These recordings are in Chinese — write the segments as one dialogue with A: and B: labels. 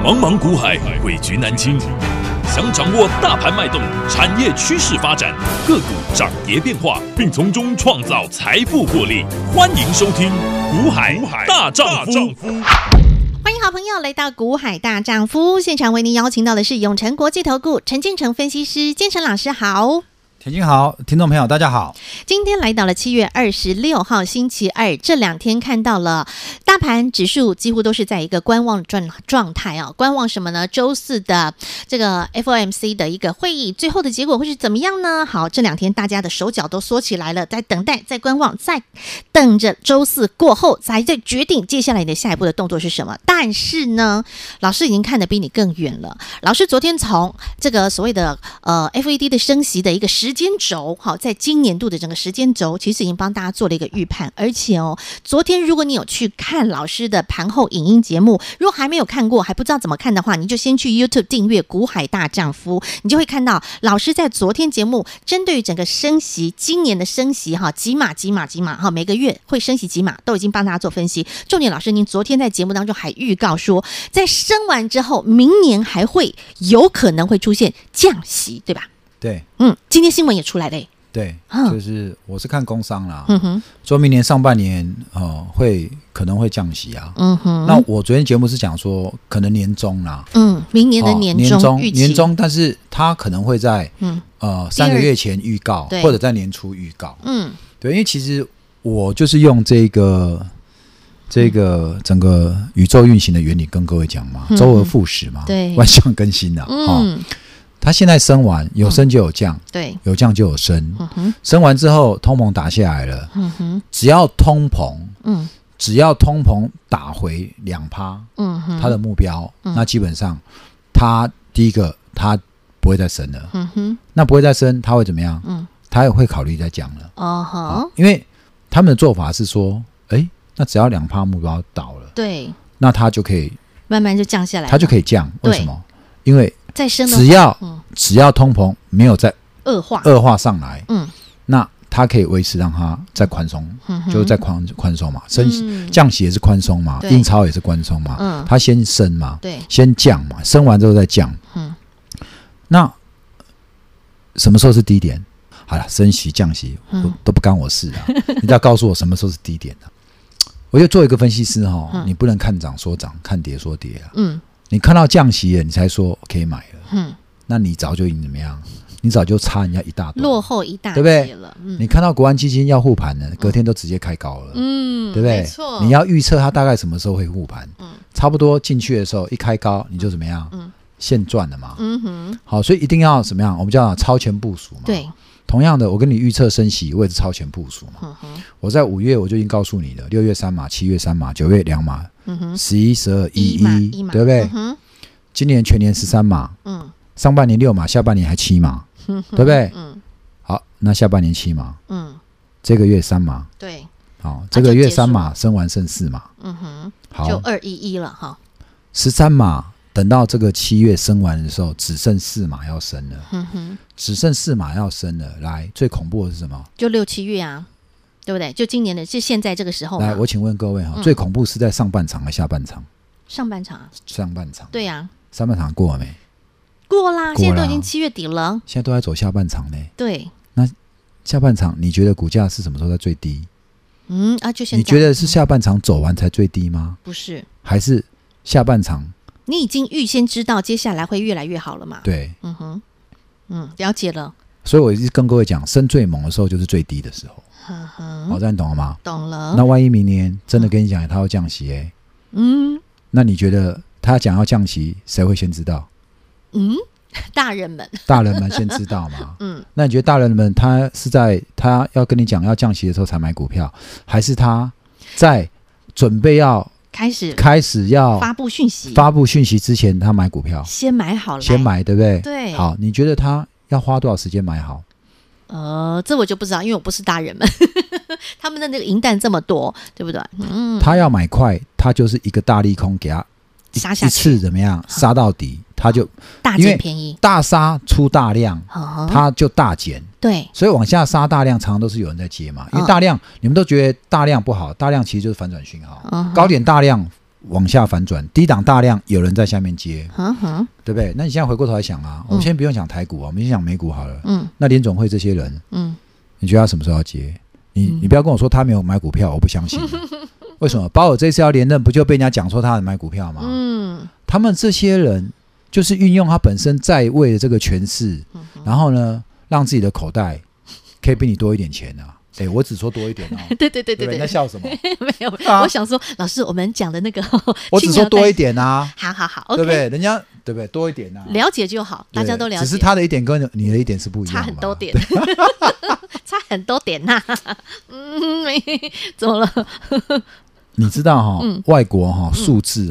A: 茫茫股海，汇聚南京。想掌握大盘脉动、产业趋势发展、个股涨跌变化，并从中创造财富获利，欢迎收听《股海大丈夫》。
B: 欢迎好朋友来到股海大丈夫现场，为您邀请到的是永诚国际投顾陈建成分析师，建成老师好。
C: 田青好，听众朋友大家好。
B: 今天来到了7月26号星期二，这两天看到了大盘指数几乎都是在一个观望状态啊。观望什么呢？周四的这个 FOMC 的一个会议，最后的结果会是怎么样呢？好，这两天大家的手脚都缩起来了，在等待，在观望，在等着周四过后才在决定接下来的下一步的动作是什么。但是呢，老师已经看得比你更远了。老师昨天从这个所谓的FED 的升息的一个时间轴，好，在今年度的整个时间轴，其实已经帮大家做了一个预判。而且昨天如果你有去看老师的盘后影音节目，如果还没有看过，还不知道怎么看的话，你就先去 YouTube 订阅股海大丈夫，你就会看到老师在昨天节目针对于整个升息，今年的升息几码每个月会升息几码，都已经帮大家做分析。重点，老师您昨天在节目当中还预告说，在升完之后，明年还会有可能会出现降息，对吧？
C: 对，
B: 今天新闻也出来了。
C: 对，就是我是看工商啦，说明年上半年可能会降息啊。那我昨天节目是讲说可能年中啦，
B: 明年的年中，
C: 但是它可能会在3个月前预告，或者在年初预告。对，因为其实我就是用这个整个宇宙运行的原理跟各位讲嘛，周而复始嘛，对，万象更新啦。它现在升完，有升就有降，
B: 对，
C: 有降就有升。升完之后，通膨打下来了，只要通膨打回2%，它的目标，那基本上它第一个它不会再升了，那不会再升，它会怎么样？它也会考虑再降了，因为他们的做法是说，那只要2%目标到了，对，那它就可以
B: 慢慢就降下来，
C: 它就可以降。为什么？因为
B: 再升的
C: 只要通膨没有再恶化上来，那它可以维持让它再宽松，就是再宽松嘛，降息也是宽松嘛，印钞也是宽松嘛，它先升嘛，先降嘛，升完之后再降。那什么时候是低点？好了，升息降息都不干我事啊，你只要告诉我什么时候是低点啊。我就做一个分析师你不能看涨说涨，看跌说跌啊。你看到降息了，你才说可以买了，那你早就已经怎么样？你早就差人家一大段，落
B: 后一大
C: 截了，对不对？你看到国安基金要护盘了，隔天都直接开高了，对不对？没错。你要预测它大概什么时候会护盘，差不多进去的时候一开高，你就怎么样？现赚了嘛。好，所以一定要怎么样？我们叫超前部署嘛。对。同样的，我跟你预测升息，我也是超前部署嘛。我在5月我就已经告诉你了，6月3码，7月3码，9月2码，11、12、11，对不对？今年全年13码，上半年6码，下半年还7码，对不对？好，那下半年7码，这个月3码，对，好，这个月3码升完剩4码，好，
B: 就211了哈。
C: 13码。等到这个7月升完的时候，只剩4码要升了，只剩4码要升了。来，最恐怖的是什么？
B: 就6、7月啊，对不对？就今年的，就现在这个时候。
C: 来，我请问各位最恐怖是在上半场还是下半场？
B: 上半场啊。
C: 上半场。
B: 对呀。
C: 上半场过了没？
B: 过啦，现在都已经7月底了。
C: 现在都在走下半场呢。
B: 对。
C: 那下半场，你觉得股价是什么时候在最低？
B: 就现在。
C: 你觉得是下半场走完才最低吗？
B: 不是，
C: 还是下半场？
B: 你已经预先知道接下来会越来越好了嘛？
C: 对，
B: 了解了。
C: 所以我一直跟各位讲，升最猛的时候就是最低的时候。好，这样你懂了吗？
B: 懂了。
C: 那万一明年真的跟你讲他要降息那你觉得他讲要降息，谁会先知道？
B: 大人们
C: 先知道嘛。那你觉得大人们他是在他要跟你讲要降息的时候才买股票，还是他在准备要开始要发布讯息之前，他买股票，
B: 先买好了，
C: 先买，对不对？
B: 对。
C: 好，你觉得他要花多少时间买好？
B: 这我就不知道，因为我不是大人们，他们的那个银弹这么多，对不对？
C: 他要买快，他就是一个大利空给他
B: 杀下去，
C: 一次怎么样杀到底，他就
B: 大捡便宜，
C: 大杀出大量，他就大减。
B: 对，
C: 所以往下杀大量，常常都是有人在接嘛。因为大量，你们都觉得大量不好，大量其实就是反转讯号。高点大量往下反转，低档大量有人在下面接，对不对？那你现在回过头来想啊，我们先不用讲台股啊，我们先讲美股好了。那联总会这些人，你觉得他什么时候要接？你不要跟我说他没有买股票，我不相信。为什么？鲍尔这次要连任，不就被人家讲说他很买股票吗？他们这些人就是运用他本身在位的这个权势，然后呢，让自己的口袋可以比你多一点钱啊。我只说多一点哦。
B: 对，
C: 你在笑什么？
B: 没有，我想说，老师，我们讲的那个，
C: 我只说多一点啊。
B: 好，
C: 对不对？人家对不对？多一点啊，
B: 了解就好，大家都了解。
C: 只是他的一点跟你的一点是不一样的，
B: 差很多点，差很多点呐。怎么了？
C: 你知道外国数字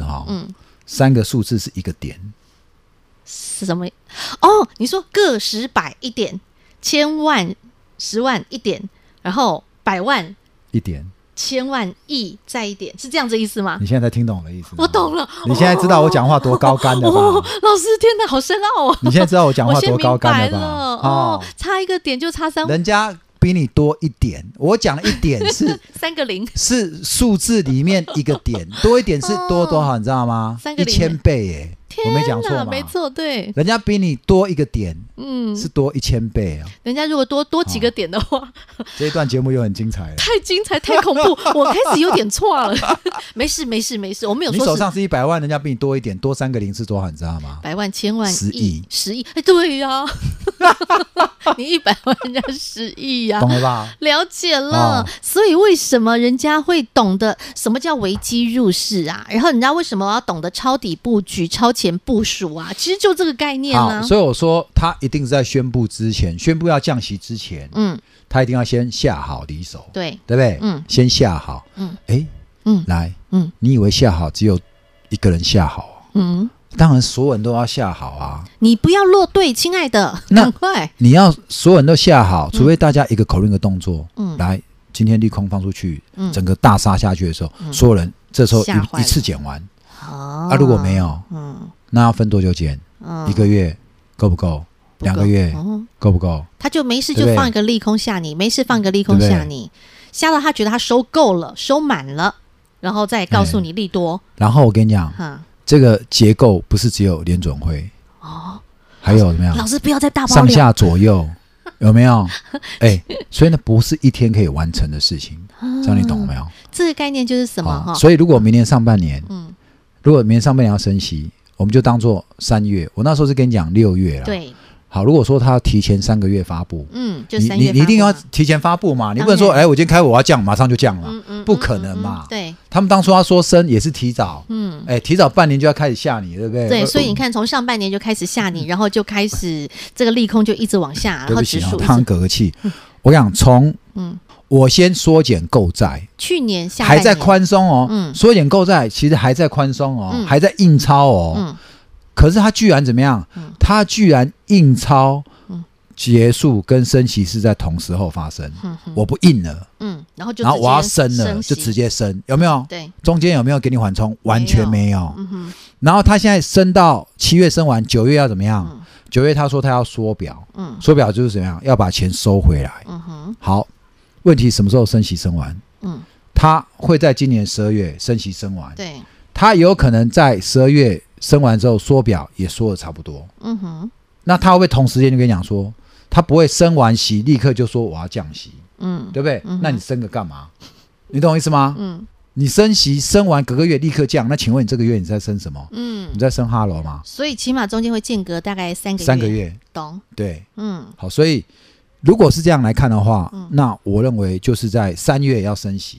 C: 3个数字是1个点，
B: 是什么？哦，你说个十百1点，千万10万1点。然后100万
C: 1点，
B: 千万亿再1点，是这样子意思吗？
C: 你现在才听懂了意思吗？
B: 我懂了。
C: 你现在知道我讲话多高干了吧？
B: 老师，天哪，好深奥哦！
C: 你现在知道我讲话多高干了吧？
B: 差1个点就差3，
C: 人家比你多1点，我讲了1点是
B: 3个0，
C: 是数字里面1个点，多1点是多多少？你知道吗
B: ？3个0
C: ，1000倍耶！我没讲错嘛？
B: 没错，对，
C: 人家比你多1个点，是多1000倍啊！
B: 人家如果多几个点的话，
C: 这一段节目又很精彩了，
B: 太精彩，太恐怖，我开始有点错了。没事，我没有说。
C: 你手上是100万，人家比你多1点，多3个0是多少？你知道吗
B: ？100万、千万、
C: 10亿，
B: 对呀，你100万，人家10亿呀，
C: 懂了吧？
B: 了解了。所以为什么人家会懂得什么叫危机入市啊？然后人家为什么要懂得抄底布局、超前部署啊？其实就这个概念啊。
C: 所以我说他一定是在宣布之前，宣布要降息之前，他一定要先下好离手，
B: 对
C: 不对？先下好。来，你以为下好只有一个人下好？当然所有人都要下好啊。
B: 你不要落队，亲爱的，赶快！
C: 你要所有人都下好，除非大家一个口令的动作，来，今天利空放出去，整个大杀下去的时候，所有人这时候一次减完。如果没有，那要分多久减？1个月够不够？2个月够不够？
B: 他就没事就放一个利空吓你，没事放一个利空吓你，吓到他觉得他收够了，收满了，然后再告诉你利多。
C: 然后我跟你讲，这个结构不是只有联准会还有怎么样？
B: 老师不要再大爆料，
C: 上下左右有没有？所以那不是一天可以完成的事情，这样你懂没有？
B: 这个概念就是什么？
C: 所以如果明年上半年，如果明年上半年要升息，我们就当做3月。我那时候是跟你讲6月了。
B: 对。
C: 好，如果说他提前3个月发布，
B: 就3月，
C: 你一定要提前发布嘛，你不能说，我今天开会我要降，马上就降了，不可能嘛。
B: 对。
C: 他们当初他说升也是提早，提早半年就要开始吓你，对不对？
B: 对，所以你看，从上半年就开始吓你，然后就开始这个利空就一直往下，然后指数。
C: 他很隔个气。我想从我先缩减购债，
B: 去年下半年
C: 还在宽松哦，缩减购债其实还在宽松哦，还在印钞哦，可是他居然怎么样？他居然印钞结束跟升息是在同时候发生，我不印了，
B: 然后
C: 我要升了，就直接升，有没有？
B: 对，
C: 中间有没有给你缓冲？完全没有。然后他现在升到7月升完，9月要怎么样？9月他说他要缩表，缩表就是怎么样？要把钱收回来。好，问题什么时候升息升完？他会在今年12月升息升完，
B: 对，
C: 他有可能在12月升完之后缩表也缩的差不多。那他会不会同时间就跟你讲说，他不会升完息立刻就说我要降息，对不对？那你升个干嘛？你懂我意思吗？你升息升完隔个月立刻降，那请问你这个月你在升什么？你在升哈喽吗？
B: 所以起码中间会间隔大概3个月。懂？对，
C: 好，所以如果是这样来看的话，那我认为就是在3月要升息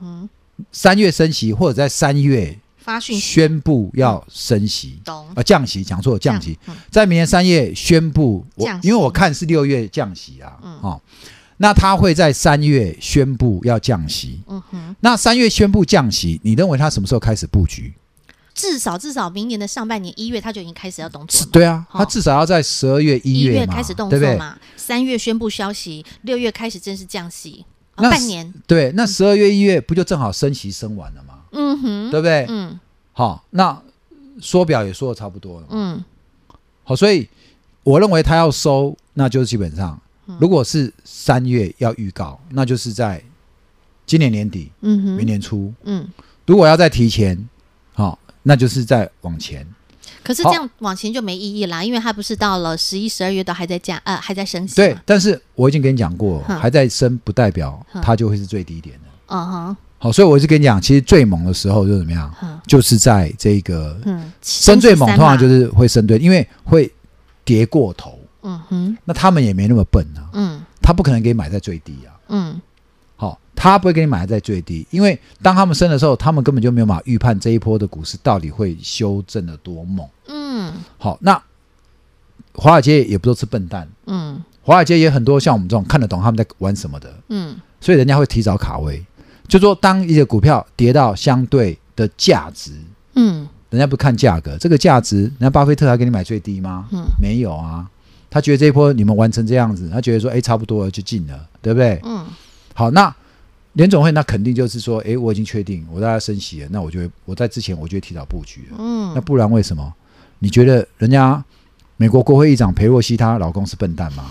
C: ，3月升息或者在3月
B: 发讯
C: 宣布要升息，降息，讲错了，降息，在明年3月宣布，因为我看是6月降息啊，那他会在3月宣布要降息，那3月宣布降息，你认为他什么时候开始布局？
B: 至少明年的上半年1月他就已经开始要动作，
C: 对啊，他至少要在12月1月
B: 开始动作嘛，3月宣布消息，6月开始正式降息，半年。对，
C: 那12月1月不就正好升息升完了吗？对不对？好，那缩表也缩的差不多了。好，所以我认为他要收，那就是基本上，如果是3月要预告，那就是在今年年底，明年初。如果要再提前， 那就是再往前。
B: 可是这样往前就没意义啦，因为它不是到了11、12月都还在还在升息。
C: 对，但是我已经跟你讲过，还在升不代表它就会是最低点的。好，所以我就跟你讲，其实最猛的时候就怎么样，就是在这个升最猛，通常就是会升对，因为会跌过头。那他们也没那么笨啊。他不可能给你买在最低啊。他不会给你买在最低，因为当他们升的时候，他们根本就没有办法预判这一波的股市到底会修正的多猛。好，那华尔街也不都是笨蛋。华尔街也很多像我们这种看得懂他们在玩什么的。所以人家会提早卡位，就说当一个股票跌到相对的价值，人家不看价格，这个价值，人家巴菲特还给你买最低吗？没有啊，他觉得这一波你们玩成这样子，他觉得说，差不多了就进了，对不对？好，那联总会那肯定就是说，我已经确定我大概升息了，那我在之前我就会提早布局了。那不然为什么？你觉得人家美国国会议长裴洛西她老公是笨蛋吗？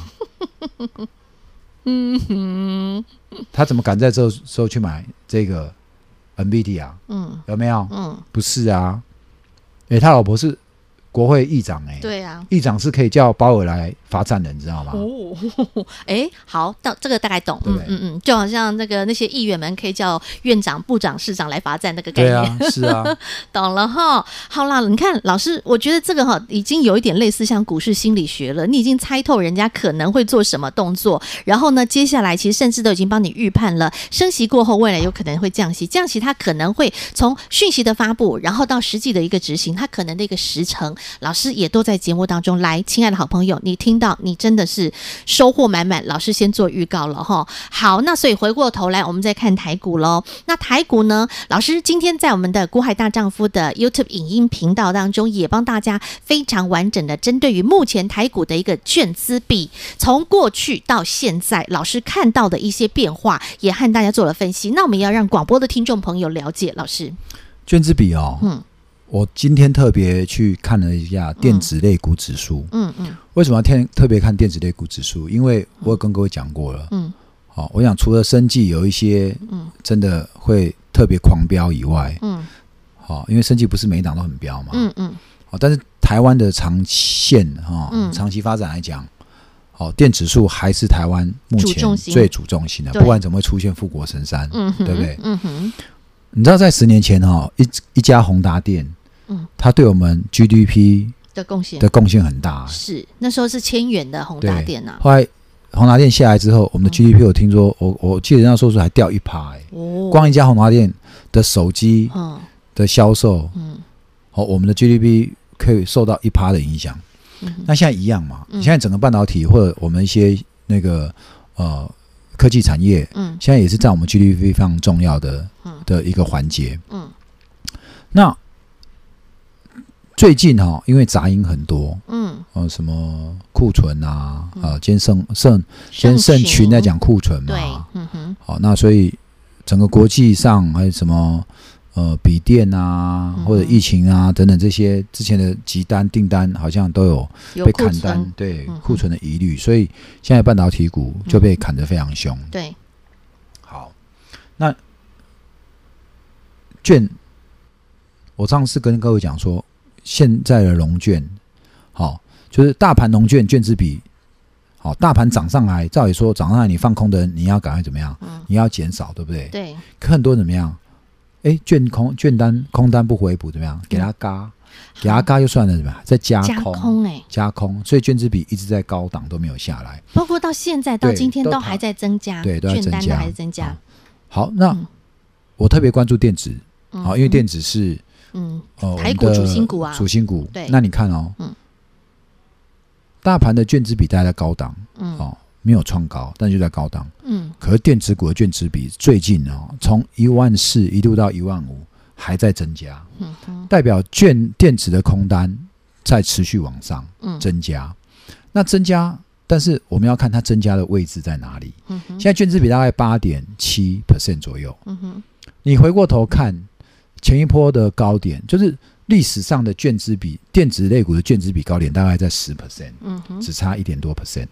C: 他怎么敢在这时候去买这个 NVIDIA 啊？有没有？不是啊，他老婆是国会议长。
B: 对啊，
C: 议长是可以叫鲍尔来罚站的，你知道吗？
B: 好，到这个大概懂。就好像那些议员们可以叫院长、部长、市长来罚站那个概念。
C: 对啊，是啊，
B: 懂了哈。好啦，你看老师，我觉得这个已经有一点类似像股市心理学了。你已经猜透人家可能会做什么动作，然后呢，接下来其实甚至都已经帮你预判了，升息过后未来有可能会降息，降息它可能会从讯息的发布，然后到实际的一个执行，它可能的一个时程，老师也都在节目当中来。亲爱的好朋友，你听到你真的是收获满满，老师先做预告了齁。好，那所以回过头来我们再看台股咯。那台股呢，老师今天在我们的股海大丈夫的 YouTube 影音频道当中也帮大家非常完整的针对于目前台股的一个券资比，从过去到现在老师看到的一些变化也和大家做了分析。那我们也要让广播的听众朋友了解。老师，
C: 券资比我今天特别去看了一下电子类股指数。为什么要特别看电子类股指数？因为我有跟各位讲过了。我想除了生技有一些真的会特别狂飙以外，因为生技不是每一档都很飙嘛。但是台湾的长线长期发展来讲，电指数还是台湾目前最主重心的，不管怎么会出现富国神山，对不对？你知道在10年前一家宏达电，它对我们 GDP 的贡献很大。
B: 是那时候是1000元的宏达电啊。
C: 后来宏达电下来之后，我们的 GDP 我听说我记得那时候还掉1%。光一家宏达电的手机的销售，我们的 GDP 可以受到1%的影响。那现在一样嘛？现在整个半导体或者我们一些那个科技产业，现在也是在我们 GDP 非常重要的一个环节。那最近因为杂音很多，什么库存啊，今天盛群在讲库存嘛，好，那所以整个国际上还有什么笔电啊，或者疫情啊等等这些之前的急单订单好像都有被砍单，对库存的疑虑，所以现在半导体股就被砍得非常凶。
B: 对，
C: 好，那券，我上次跟各位讲说，现在的融券，就是大盘融券券资比，大盘涨上来，照理说涨上来你放空的人，你要赶快怎么样？你要减少，对不对？
B: 对。
C: 可很多人怎么样？券单空单不回补怎么样？给它嘎就算了，怎么样？再加空，所以券资比一直在高档都没有下来，
B: 包括到现在到今天都还在增加，
C: 对，都在增加，
B: 券单都还在增加。
C: 好，那我特别关注电子，因为电子是
B: 台股主心股啊，
C: 主心股。
B: 对，
C: 那你看大盘的券资比大概在高档，没有创高，但就在高档。可是电子股的券资比最近从14000一路到15000，还在增加，代表电子的空单在持续往上增加。那增加，但是我们要看它增加的位置在哪里。现在券资比大概 8.7% 左右。你回过头看前一波的高点，就是历史上的券资比，电子类股的券资比高点大概在 10%，只差1点多%。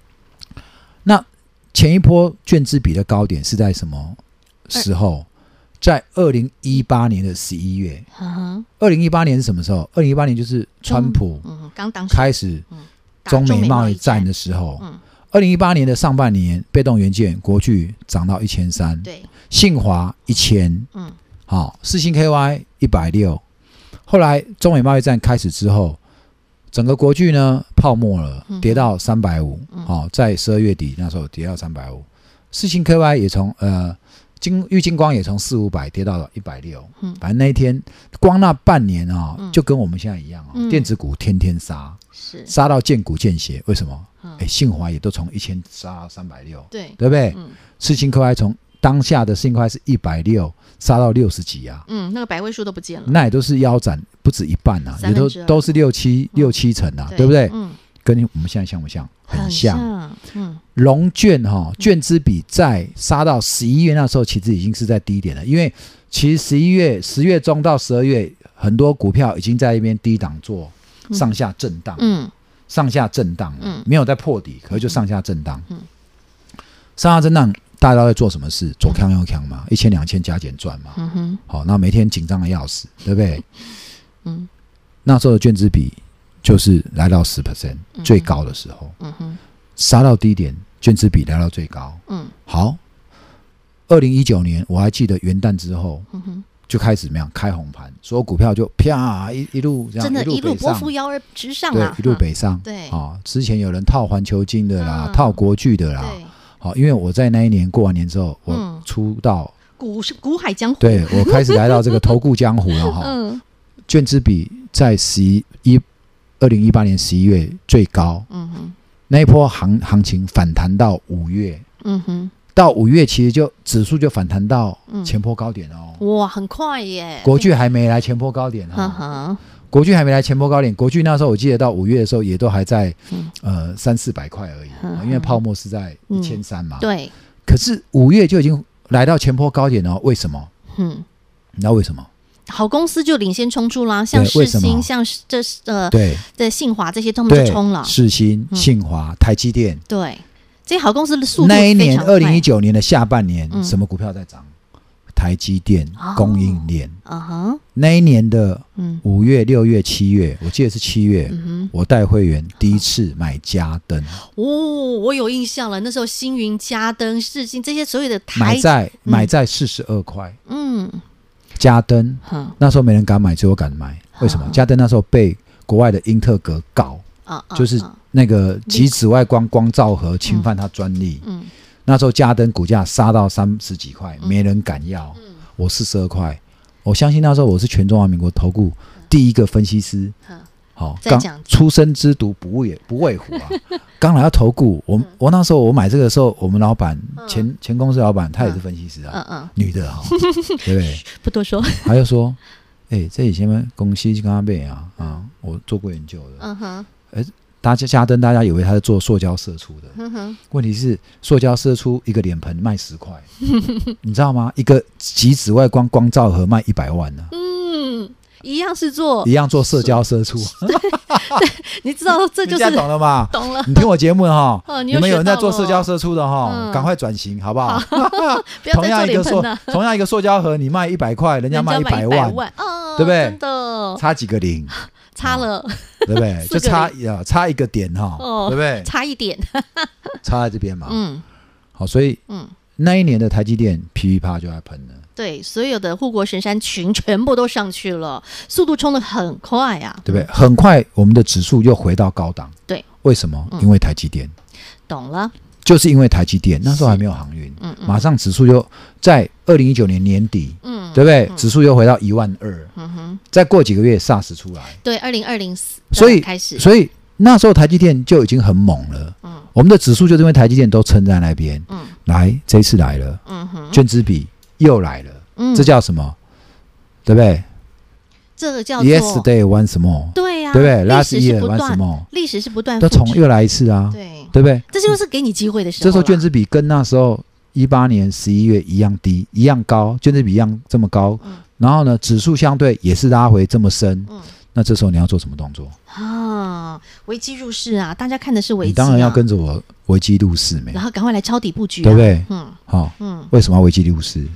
C: 那前一波券资比的高点是在什么时候？ 在2018年的11月。2018年是什么时候？2018年就是川普
B: 刚当
C: 开始中美贸易战的时候。2018年的上半年，被动元件国巨涨到1300，
B: 对，
C: 信华1000，世芯 KY 160。后来中美贸易战开始之后，整个国巨呢泡沫了，跌到350，在12月底那时候跌到350。世芯 KY 也从玉晶光也从400-500跌到了160，反正那一天光那半年就跟我们现在一样电子股天天杀，杀到见骨见血。为什么？信华也都从1000杀到360，对不对？世芯 KY 从当下的世芯 KY 是160杀到60几啊，
B: 那个百位数都不见了，
C: 那也都是腰斩不止一半啊，也都是六七成啊，对不对？跟我们现在像不像？很像。融券券资比在杀到11月那时候，其实已经是在低点了，因为其实10月中到12月，很多股票已经在一边低档做上下震荡，上下震荡，没有在破底，可是就上下震荡。上下震荡，大家都在做什么事？左扛右扛嘛，1000、2000加减赚嘛。好，那每天紧张的要死，对不对？那时候的券资比就是来到10%，最高的时候，杀到低点，券资比来到最高。好，2019年我还记得元旦之后，就开始怎么样？开红盘，所有股票就啪一路这样，
B: 真的一路波幅摇而直上啊！
C: 对，一路北上。对，之前有人套环球金的啦，套国巨的啦。好，因为我在那一年过完年之后，我出道
B: 股海江湖，
C: 对，我开始来到这个投顾江湖了哈。券资比在2018年11月最高，那一波行情反弹到5月，到5月其实指数就反弹到前波高点哦，
B: 哇，很快耶！
C: 国巨还没来前波高点国巨还没来前波高点，国巨那时候我记得到5月的时候也都还在300-400块而已，因为泡沫是在1300嘛，
B: 对。
C: 可是5月就已经来到前波高点了，为什么？你知道为什么？
B: 好公司就领先冲出啦，像世芯，像对信华这些，他们就冲了。
C: 世芯、信华、台积电，
B: 对，这些好公司的速度
C: 那一年2019年的下半年，什么股票在涨？台积电、供应链。那一年的5月、6月、7月，我记得是7月，我带会员第一次买嘉登。
B: 我有印象了，那时候星云、嘉登、世芯这些所有的
C: 买在42块。嘉登那时候没人敢买，只有我敢买。为什么？嘉登那时候被国外的英特格告，就是那个极紫外光光照盒侵犯它专利。那时候嘉登股价杀到30几块，没人敢要。我42块，我相信那时候我是全中华民国投顾第一个分析师。刚出生之犊不畏虎啊！刚来到投顾，我那时候我买这个的时候，我们老板前公司老板他也是分析师啊，女的对不对？
B: 不多说。
C: 他就说，这以前公司跟他买我做过研究的。嘉登大家以为他是做塑胶射出的，问题是塑胶射出一个脸盆卖10块，你知道吗？一个极紫外光照盒卖100万呢。
B: 一样做
C: 社交射出，
B: 对，你知道这就是，
C: 你懂了吗？
B: 懂了。
C: 你听我节目你们有人在做社交射出的赶快转型好不好？
B: 不要再做脸盆了。
C: 同样一个塑胶盒，你卖100块，人家卖100万，对不对？
B: 真的
C: 差几个零，
B: 差了，
C: 对不对？就差一个点对不对？
B: 差一点，
C: 差在这边嘛。好，所以那一年的台积电噼里啪啦就在喷了。
B: 对，所有的护国神山群全部都上去了，速度冲得很快啊，
C: 对不对？很快，我们的指数又回到高档。
B: 对，
C: 为什么？因为台积电。
B: 懂了，
C: 就是因为台积电那时候还没有航运，马上指数又在2019年年底，对不对？指数又回到12000，再过几个月 SARS 出来，
B: 对，2020开始，
C: 所以那时候台积电就已经很猛了。我们的指数就是因为台积电都撑在那边，来，这一次来了，券资比又来了，这叫什么？对不对？
B: 这个叫做
C: Yesterday once more，
B: 对呀，
C: 对不对 ？Last year once more，
B: 历史是不断
C: 都又来一次啊，对不对？
B: 这就是给你机会的时候。
C: 这时候券资比跟那时候18年11月一样低，一样高，券资比一样这么高，然后呢，指数相对也是拉回这么深，那这时候你要做什么动作
B: 啊？危机入市啊！大家看的是危机，
C: 你当然要跟着我危机入市，
B: 然后赶快来抄底布局，
C: 对不对？为什么要危机入市？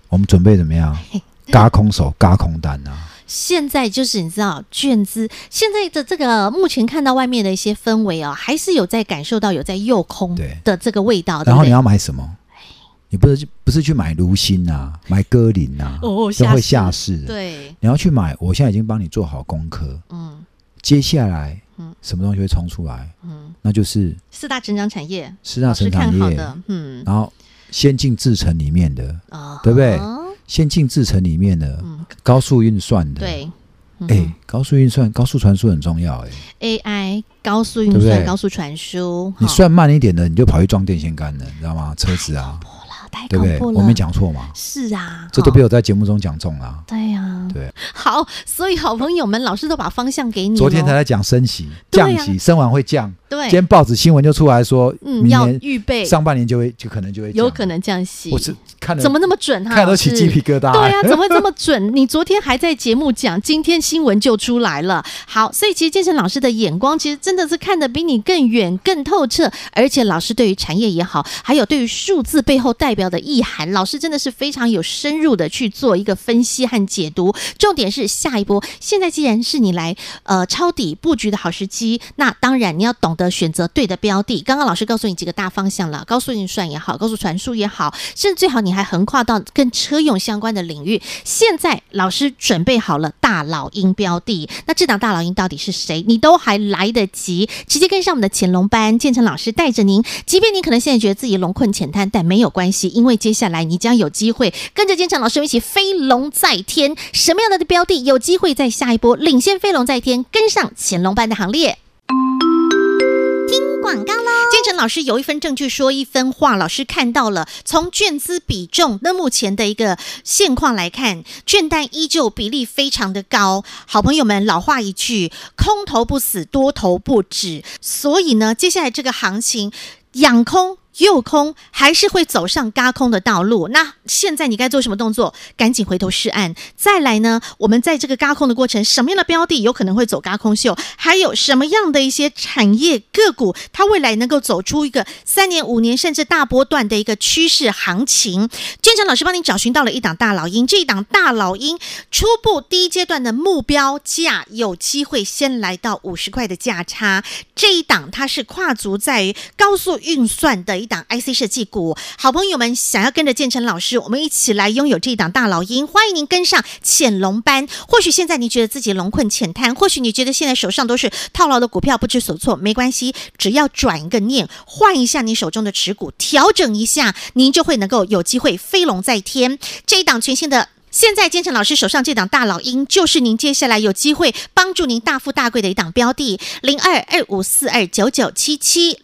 C: 我们准备怎么样？轧空手，轧空单啊！
B: 现在就是你知道券资，现在的这个目前看到外面的一些氛围哦，还是有在感受到有在诱空的这个味道。
C: 然后你要买什么？你不是去买卢鑫啊，买歌林啊，都会下市的。
B: 对，
C: 你要去买，我现在已经帮你做好功课。接下来什么东西会冲出来？那就是
B: 四大成长产业，
C: 四大成长业
B: 的，
C: 然后先进制程里面的，对不对？先进制程里面的高速运算的，
B: 对，
C: 高速运算、高速传输很重要
B: ，AI 高速运算、对对高速传输，
C: 你算慢一点的，你就跑去装电线杆了，你知道吗？车子啊，对不对？我没讲错嘛？
B: 是啊，
C: 这都被我在节目中讲中了。
B: 对呀，
C: 对。
B: 好，所以好朋友们，老师都把方向给你。
C: 昨天才在讲升息、降息，升完会降。
B: 对，
C: 今天报纸新闻就出来说，明
B: 要预备
C: 上半年就可能就会降，
B: 有可能降息。
C: 我是看了
B: 怎么那么准哈？
C: 看都起鸡皮疙瘩。
B: 对呀，怎么这么准？你昨天还在节目讲，今天新闻就出来了。好，所以其实建成老师的眼光其实真的是看得比你更远、更透彻，而且老师对于产业也好，还有对于数字背后代表的意涵，老师真的是非常有深入的去做一个分析和解读。重点是下一波，现在既然是你来抄底布局的好时机，那当然你要懂得选择对的标的。刚刚老师告诉你几个大方向了，高速运算也好，高速传输也好，甚至最好你还横跨到跟车用相关的领域。现在老师准备好了大老鹰标的，那这档大老鹰到底是谁？你都还来得及，直接跟上我们的潜龙班，建成老师带着您。即便你可能现在觉得自己龙困浅滩，但没有关系，因为接下来你将有机会跟着建成老师一起飞龙在天。什么样的标的有机会在下一波领先飞龙在天，跟上潜龙班的行列？听广告喽！建成老师有一分证据说一分话，老师看到了，从券资比重那目前的一个现况来看，券单依旧比例非常的高。好朋友们，老话一句，空头不死，多头不止。所以呢，接下来这个行情，养空诱空还是会走上轧空的道路。那现在你该做什么动作？赶紧回头是岸。再来呢，我们在这个轧空的过程，什么样的标的有可能会走轧空秀？还有什么样的一些产业个股，它未来能够走出一个3年、5年甚至大波段的一个趋势行情？建成老师帮你找寻到了一档大老鹰，这一档大老鹰初步第一阶段的目标价有机会先来到50块的价差。这一档它是跨足在于高速运算的一档 IC 设计股，好朋友们想要跟着建成老师，我们一起来拥有这一档大老鹰，欢迎您跟上潜龙班。或许现在你觉得自己龙困浅滩，或许你觉得现在手上都是套牢的股票，不知所措，没关系，只要转一个念，换一下你手中的持股，调整一下，您就会能够有机会飞龙在天。这一档全新的现在建成老师手上这档大老鹰，就是您接下来有机会帮助您大富大贵的一档标的。02-2542-9977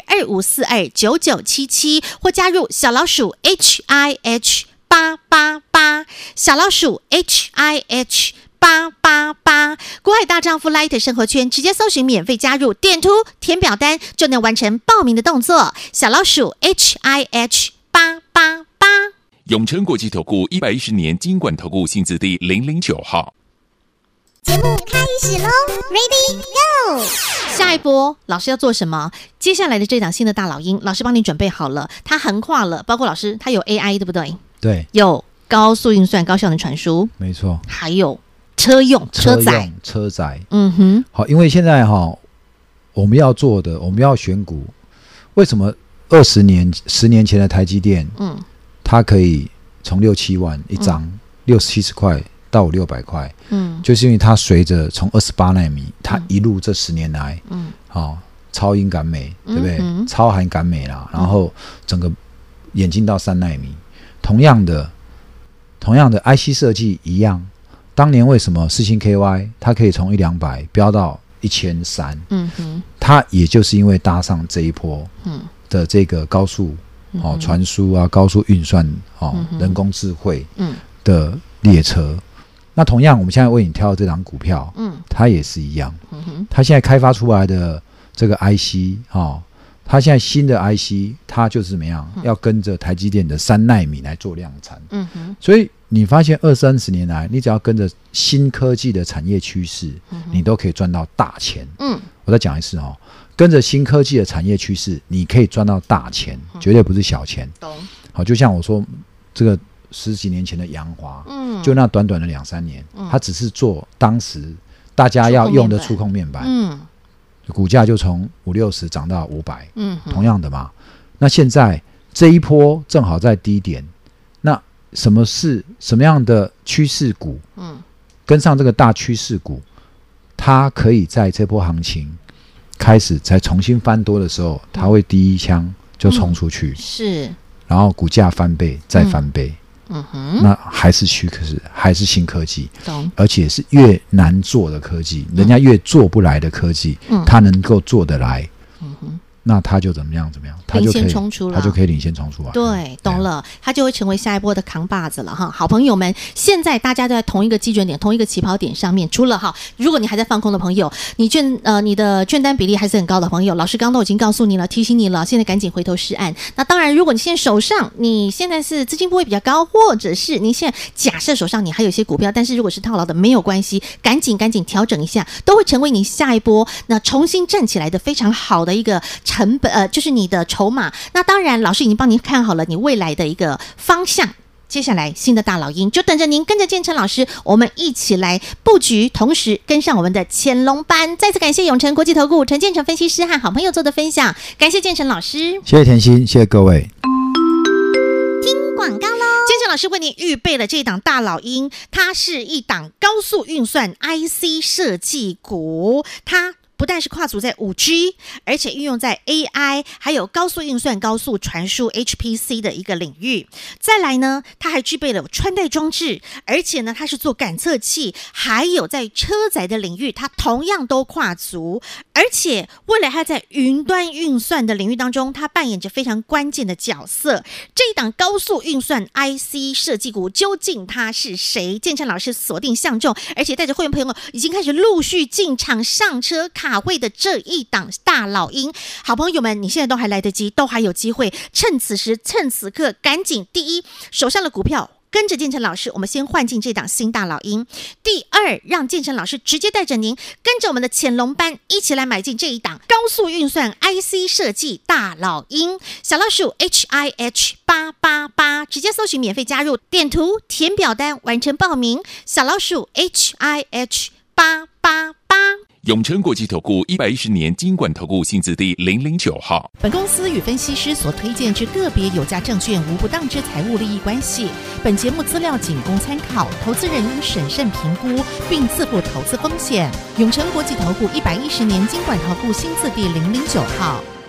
B: 02-2542-9977，或加入小老鼠 HIH888 小老鼠 HIH888，股海大丈夫 Light 生活圈，直接搜寻免费加入，点图填表单就能完成报名的动作。小老鼠 HIH888。
A: 永诚国际投顾110年金管投顾新字第009号。
B: 节目开始喽 ，Ready Go！ 下一波老师要做什么？接下来的这档新的大老鹰，老师帮你准备好了，它横跨了，包括老师，它有 AI 对不对？
C: 对，
B: 有高速运算、高效能传输，
C: 没错，
B: 还有车用、车载。
C: 好，因为现在我们要做的，我们要选股，为什么10年前的台积电，它可以从6、7万一张，60、70块到500-600块，就是因为它随着从28奈米，它一路这10年来，超英赶美，对不对？超韩赶美啦，然后整个演进到3奈米。同样的 IC 设计一样，当年为什么世芯 KY 它可以从100-200飙到1300？它也就是因为搭上这一波的这个高速传输啊，高速运算人工智慧的列车。那同样我们现在为你挑的这档股票，它也是一样，它现在开发出来的这个 IC，它现在新的 IC， 它就是怎么样，要跟着台积电的3奈米来做量产。所以你发现20-30年来，你只要跟着新科技的产业趋势，你都可以赚到大钱。我再讲一次跟着新科技的产业趋势，你可以赚到大钱，绝对不是小钱。好，就像我说，这个 10几年前的阳华，就那短短的2-3年，它只是做当时大家要用的触控面板，股价就从50-60涨到500，同样的嘛。那现在这一波正好在低点，那什么样的趋势股，跟上这个大趋势股，它可以在这波行情开始才重新翻多的时候，它会第一枪就冲出去，是，然后股价翻倍再翻倍，那还是还是新科技，而且是越难做的科技，人家越做不来的科技，它能够做得来，那他就怎么样，他就可以领先冲出来。
B: 对，懂了，他就会成为下一波的扛把子了哈。好朋友们，现在大家都在同一个基准点、同一个起跑点上面。除了哈，如果你还在放空的朋友，你的券单比例还是很高的朋友，老师刚刚都已经告诉你了，提醒你了，现在赶紧回头是岸。那当然，如果你现在手上你现在是资金部位比较高，或者是你现在假设手上你还有一些股票，但是如果是套牢的没有关系，赶紧调整一下，都会成为你下一波那重新站起来的非常好的一个成本，就是你的筹码。那当然老师已经帮您看好了你未来的一个方向，接下来新的大老鹰就等着您跟着建成老师我们一起来布局，同时跟上我们的潜龙班。再次感谢永诚国际投顾陈建成分析师和好朋友做的分享，感谢建成老师。
C: 谢谢甜心，谢谢各位。
B: 听广告咯，建成老师为您预备了这一档大老鹰，它是一档高速运算 IC 设计股，它不但是跨足在 5G， 而且运用在 AI 还有高速运算、高速传输 HPC 的一个领域。再来呢，它还具备了穿戴装置，而且呢，它是做感测器，还有在车载的领域，它同样都跨足。而且未来它在云端运算的领域当中，它扮演着非常关键的角色。这一档高速运算 IC 设计股究竟它是谁？建成老师锁定相中，而且带着会员朋友已经开始陆续进场上车卡位的这一档大老鹰。好朋友们，你现在都还来得及，都还有机会，趁此时趁此刻赶紧，第一，手上的股票跟着建成老师，我们先换进这档新大老鹰。第二，让建成老师直接带着您跟着我们的潜龙班一起来买进这一档高速运算 IC 设计大老鹰。小老鼠 HIH888，直接搜寻免费加入，点图填表单完成报名。小老鼠 HIH888。
A: 永诚国际投顾110年金管投顾新字第009号。
B: 本公司与分析师所推荐之个别有价证券无不当之财务利益关系。本节目资料仅供参考，投资人应审慎评估并自负投资风险。永诚国际投顾110年金管投顾新字第009号。